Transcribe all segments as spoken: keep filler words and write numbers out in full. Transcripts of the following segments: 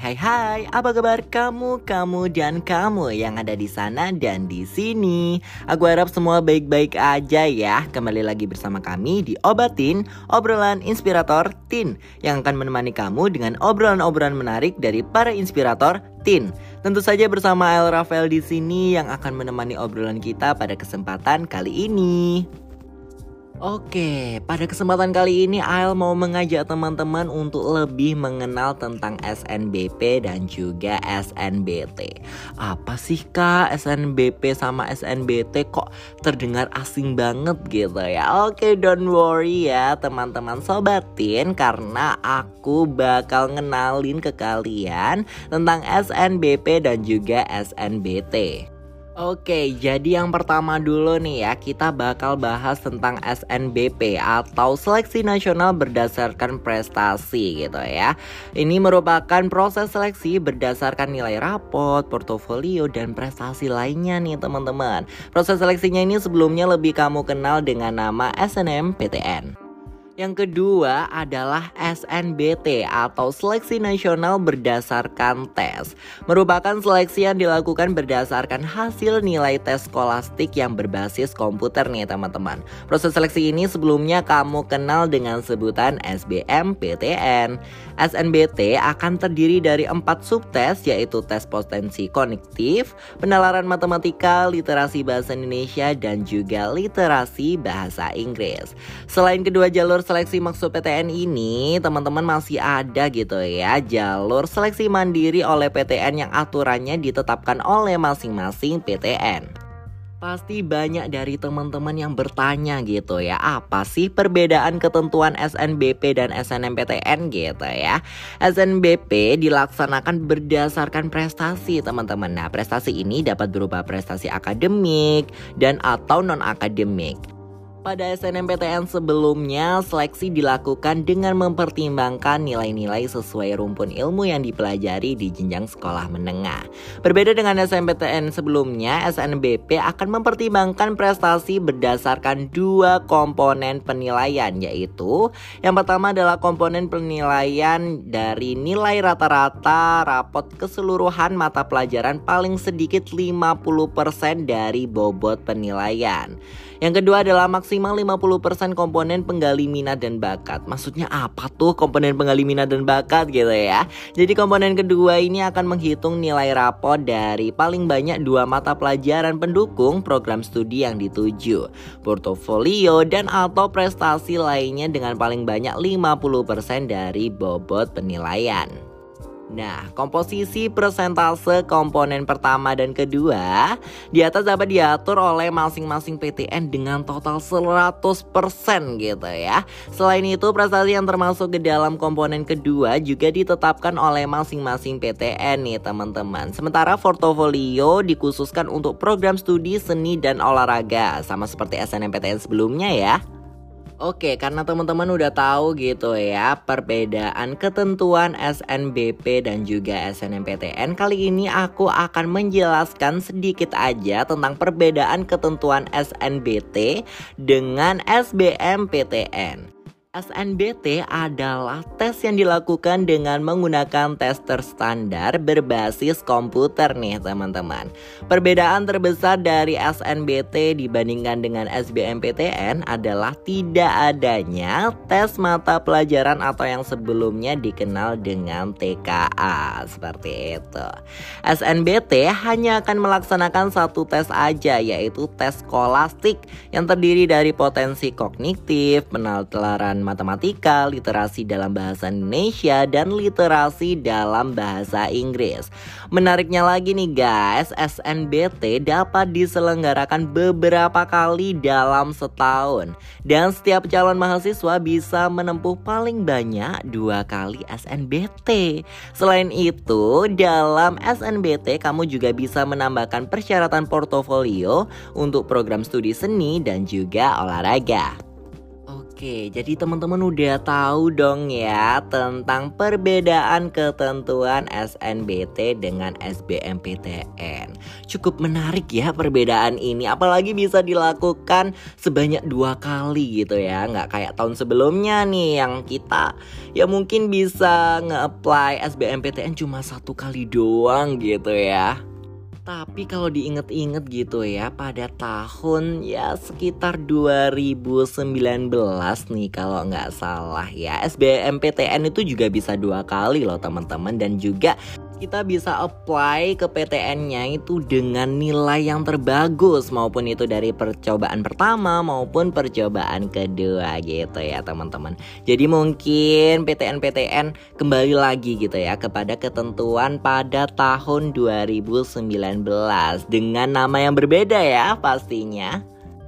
hai hai, apa kabar kamu, kamu dan kamu yang ada di sana dan di sini? Aku harap semua baik-baik aja ya. Kembali lagi bersama kami di Obatin, obrolan inspirator teen yang akan menemani kamu dengan obrolan-obrolan menarik dari para inspirator teen. Tentu saja bersama Ael Rafael di sini yang akan menemani obrolan kita pada kesempatan kali ini. Oke, pada kesempatan kali ini Ael mau mengajak teman-teman untuk lebih mengenal tentang S N B P dan juga S N B T. Apa sih kak S N B P sama S N B T kok terdengar asing banget gitu ya? Oke, don't worry ya teman-teman sobatin, karena aku bakal ngenalin ke kalian tentang S N B P dan juga S N B T. Oke, jadi yang pertama dulu nih ya, kita bakal bahas tentang S N B P atau Seleksi Nasional Berdasarkan Prestasi gitu ya. Ini merupakan proses seleksi berdasarkan nilai rapot, portofolio, dan prestasi lainnya nih teman-teman. Proses seleksinya ini sebelumnya lebih kamu kenal dengan nama S N M P T N. Yang kedua adalah S N B T atau Seleksi Nasional Berdasarkan Tes. Merupakan seleksi yang dilakukan berdasarkan hasil nilai tes skolastik yang berbasis komputer nih teman-teman. Proses seleksi ini sebelumnya kamu kenal dengan sebutan S B M P T N. S N B T akan terdiri dari empat subtes, yaitu tes potensi kognitif, penalaran matematika, literasi bahasa Indonesia, dan juga literasi bahasa Inggris. Selain kedua jalur seleksi maksud P T N ini, teman-teman masih ada gitu ya jalur seleksi mandiri oleh P T N yang aturannya ditetapkan oleh masing-masing P T N. Pasti banyak dari teman-teman yang bertanya gitu ya, apa sih perbedaan ketentuan S N B P dan S N M P T N gitu ya. S N B P dilaksanakan berdasarkan prestasi teman-teman. Nah, prestasi ini dapat berupa prestasi akademik dan atau non-akademik. Pada S N M P T N sebelumnya, seleksi dilakukan dengan mempertimbangkan nilai-nilai sesuai rumpun ilmu yang dipelajari di jenjang sekolah menengah. Berbeda dengan S N M P T N sebelumnya, S N B P akan mempertimbangkan prestasi berdasarkan dua komponen penilaian, yaitu yang pertama adalah komponen penilaian dari nilai rata-rata rapot keseluruhan mata pelajaran paling sedikit lima puluh persen dari bobot penilaian. Yang kedua adalah maksimal lima puluh persen komponen penggali minat dan bakat. Maksudnya apa tuh komponen penggali minat dan bakat gitu ya? Jadi komponen kedua ini akan menghitung nilai rapot dari paling banyak dua mata pelajaran pendukung program studi yang dituju, portofolio dan atau prestasi lainnya dengan paling banyak lima puluh persen dari bobot penilaian. Nah, komposisi persentase komponen pertama dan kedua di atas dapat diatur oleh masing-masing P T N dengan total seratus persen gitu ya. Selain itu, prestasi yang termasuk ke dalam komponen kedua juga ditetapkan oleh masing-masing P T N nih teman-teman. Sementara portofolio dikhususkan untuk program studi seni dan olahraga, sama seperti S N M P T N sebelumnya ya. Oke, karena teman-teman udah tahu gitu ya perbedaan ketentuan S N B P dan juga S N M P T N, kali ini aku akan menjelaskan sedikit aja tentang perbedaan ketentuan S N B T dengan S B M P T N. S N B T adalah tes yang dilakukan dengan menggunakan tes terstandar berbasis komputer nih teman-teman. Perbedaan terbesar dari S N B T dibandingkan dengan S B M P T N adalah tidak adanya tes mata pelajaran atau yang sebelumnya dikenal dengan T K A, seperti itu. S N B T hanya akan melaksanakan satu tes aja, yaitu tes skolastik yang terdiri dari potensi kognitif, penalaran matematika, literasi dalam bahasa Indonesia, dan literasi dalam bahasa Inggris. Menariknya lagi nih guys, S N B T dapat diselenggarakan beberapa kali dalam setahun, dan setiap calon mahasiswa bisa menempuh paling banyak dua kali S N B T. Selain itu, dalam S N B T kamu juga bisa menambahkan persyaratan portofolio untuk program studi seni dan juga olahraga. Oke, jadi teman-teman udah tahu dong ya tentang perbedaan ketentuan S N B T dengan S B M P T N. Cukup menarik ya perbedaan ini, apalagi bisa dilakukan sebanyak dua kali gitu ya. Nggak kayak tahun sebelumnya nih yang kita ya mungkin bisa nge-apply S B M P T N cuma satu kali doang gitu ya. Tapi kalau diinget-inget gitu ya, pada tahun ya sekitar dua ribu sembilan belas nih kalau nggak salah ya, S B M P T N itu juga bisa dua kali loh teman-teman. Dan juga kita bisa apply ke P T N-nya itu dengan nilai yang terbagus, maupun itu dari percobaan pertama maupun percobaan kedua gitu ya teman-teman. Jadi mungkin P T N-P T N kembali lagi gitu ya kepada ketentuan pada tahun dua ribu sembilan belas dengan nama yang berbeda ya pastinya.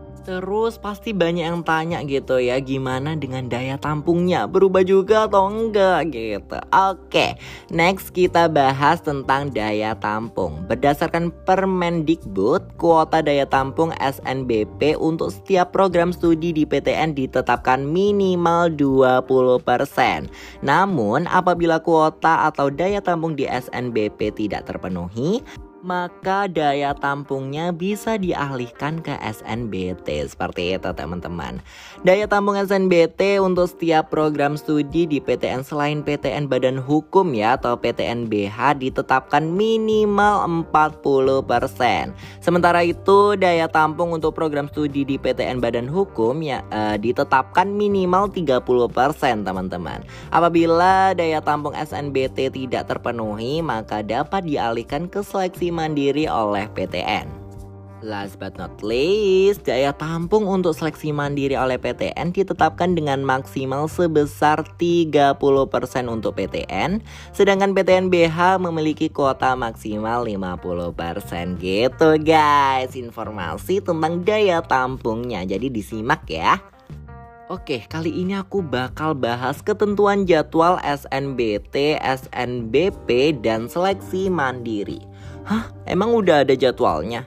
Terus pasti banyak yang tanya gitu ya, gimana dengan daya tampungnya, berubah juga atau enggak gitu. Oke, next kita bahas tentang daya tampung. Berdasarkan Permendikbud, kuota daya tampung S N B P untuk setiap program studi di P T N ditetapkan minimal dua puluh persen. Namun apabila kuota atau daya tampung di S N B P tidak terpenuhi, maka daya tampungnya bisa dialihkan ke S N B T. Seperti itu teman-teman. Daya tampung S N B T untuk setiap program studi di P T N selain P T N Badan Hukum ya atau P T N B H ditetapkan minimal empat puluh persen. Sementara itu daya tampung untuk program studi di P T N Badan Hukum ya eh, ditetapkan minimal tiga puluh persen teman-teman. Apabila daya tampung S N B T tidak terpenuhi, maka dapat dialihkan ke seleksi mandiri oleh P T N. Last but not least, daya tampung untuk seleksi mandiri oleh P T N ditetapkan dengan maksimal sebesar tiga puluh persen untuk P T N, sedangkan P T N B H memiliki kuota maksimal lima puluh persen gitu guys. Informasi tentang daya tampungnya, jadi disimak ya. Oke, kali ini aku bakal bahas ketentuan jadwal S N B T, S N B P, dan seleksi mandiri. Hah? Emang udah ada jadwalnya?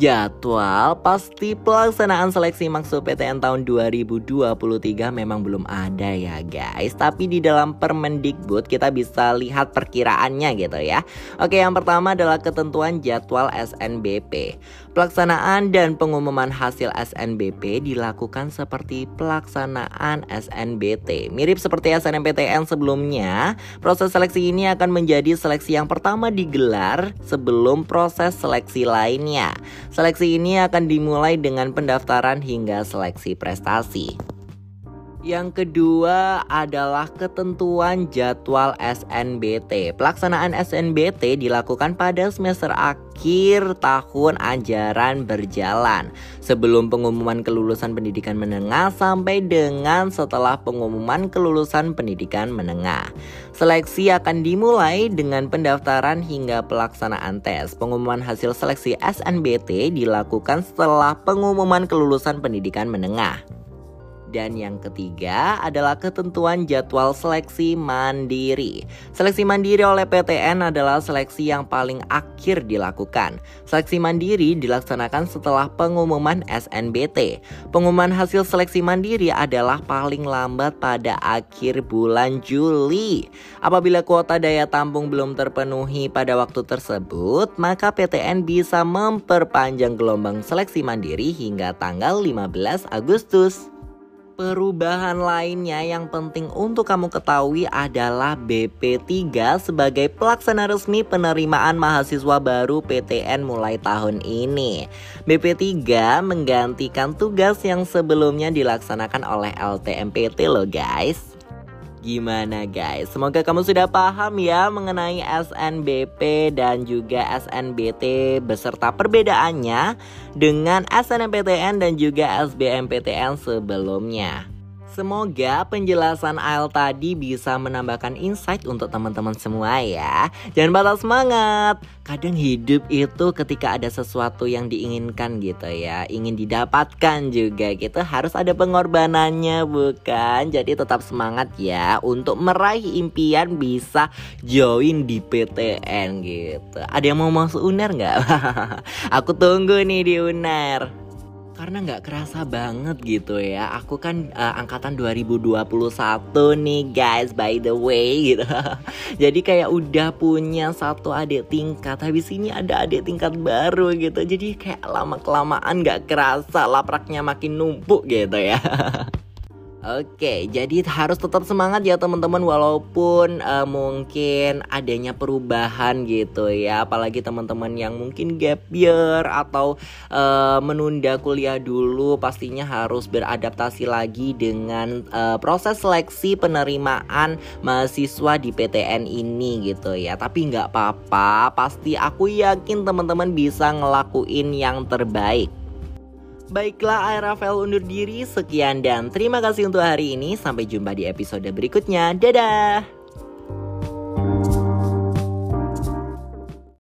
Jadwal pasti pelaksanaan seleksi maksud P T N tahun dua ribu dua puluh tiga memang belum ada ya guys. Tapi di dalam Permendikbud kita bisa lihat perkiraannya gitu ya. Oke, yang pertama adalah ketentuan jadwal S N B P. Pelaksanaan dan pengumuman hasil S N B P dilakukan seperti pelaksanaan S N B T. Mirip seperti S N M P T N sebelumnya, proses seleksi ini akan menjadi seleksi yang pertama digelar sebelum proses seleksi lainnya. Seleksi ini akan dimulai dengan pendaftaran hingga seleksi prestasi. Yang kedua adalah ketentuan jadwal S N B T. Pelaksanaan S N B T dilakukan pada semester akhir tahun ajaran berjalan, sebelum pengumuman kelulusan pendidikan menengah sampai dengan setelah pengumuman kelulusan pendidikan menengah. Seleksi akan dimulai dengan pendaftaran hingga pelaksanaan tes. Pengumuman hasil seleksi S N B T dilakukan setelah pengumuman kelulusan pendidikan menengah. Dan yang ketiga adalah ketentuan jadwal seleksi mandiri. Seleksi mandiri oleh P T N adalah seleksi yang paling akhir dilakukan. Seleksi mandiri dilaksanakan setelah pengumuman S N B T. Pengumuman hasil seleksi mandiri adalah paling lambat pada akhir bulan Juli. Apabila kuota daya tampung belum terpenuhi pada waktu tersebut, maka P T N bisa memperpanjang gelombang seleksi mandiri hingga tanggal lima belas Agustus. Perubahan lainnya yang penting untuk kamu ketahui adalah B P tiga sebagai pelaksana resmi penerimaan mahasiswa baru P T N mulai tahun ini. B P tiga menggantikan tugas yang sebelumnya dilaksanakan oleh L T M P T loh guys. Gimana guys? Semoga kamu sudah paham ya mengenai S N B P dan juga S N B T beserta perbedaannya dengan S N M P T N dan juga S B M P T N sebelumnya. Semoga penjelasan A L tadi bisa menambahkan insight untuk teman-teman semua ya. Jangan patah semangat. Kadang hidup itu ketika ada sesuatu yang diinginkan gitu ya, ingin didapatkan juga gitu, harus ada pengorbanannya bukan? Jadi tetap semangat ya untuk meraih impian bisa join di P T N gitu. Ada yang mau masuk UNER nggak? Aku tunggu nih di UNER. karena nggak kerasa banget gitu ya. Aku kan uh, angkatan dua ribu dua puluh satu nih guys, by the way gitu. Jadi kayak udah punya satu adik tingkat, habis ini ada adik tingkat baru gitu. Jadi kayak lama-kelamaan nggak kerasa, lapraknya makin numpuk gitu ya. Oke, jadi harus tetap semangat ya teman-teman, walaupun uh, mungkin adanya perubahan gitu ya. Apalagi teman-teman yang mungkin gap year atau uh, menunda kuliah dulu, pastinya harus beradaptasi lagi dengan uh, proses seleksi penerimaan mahasiswa di P T N ini gitu ya. Tapi nggak apa-apa, pasti aku yakin teman-teman bisa ngelakuin yang terbaik. Baiklah, I Rafael undur diri. Sekian dan terima kasih untuk hari ini. Sampai jumpa di episode berikutnya. Dadah!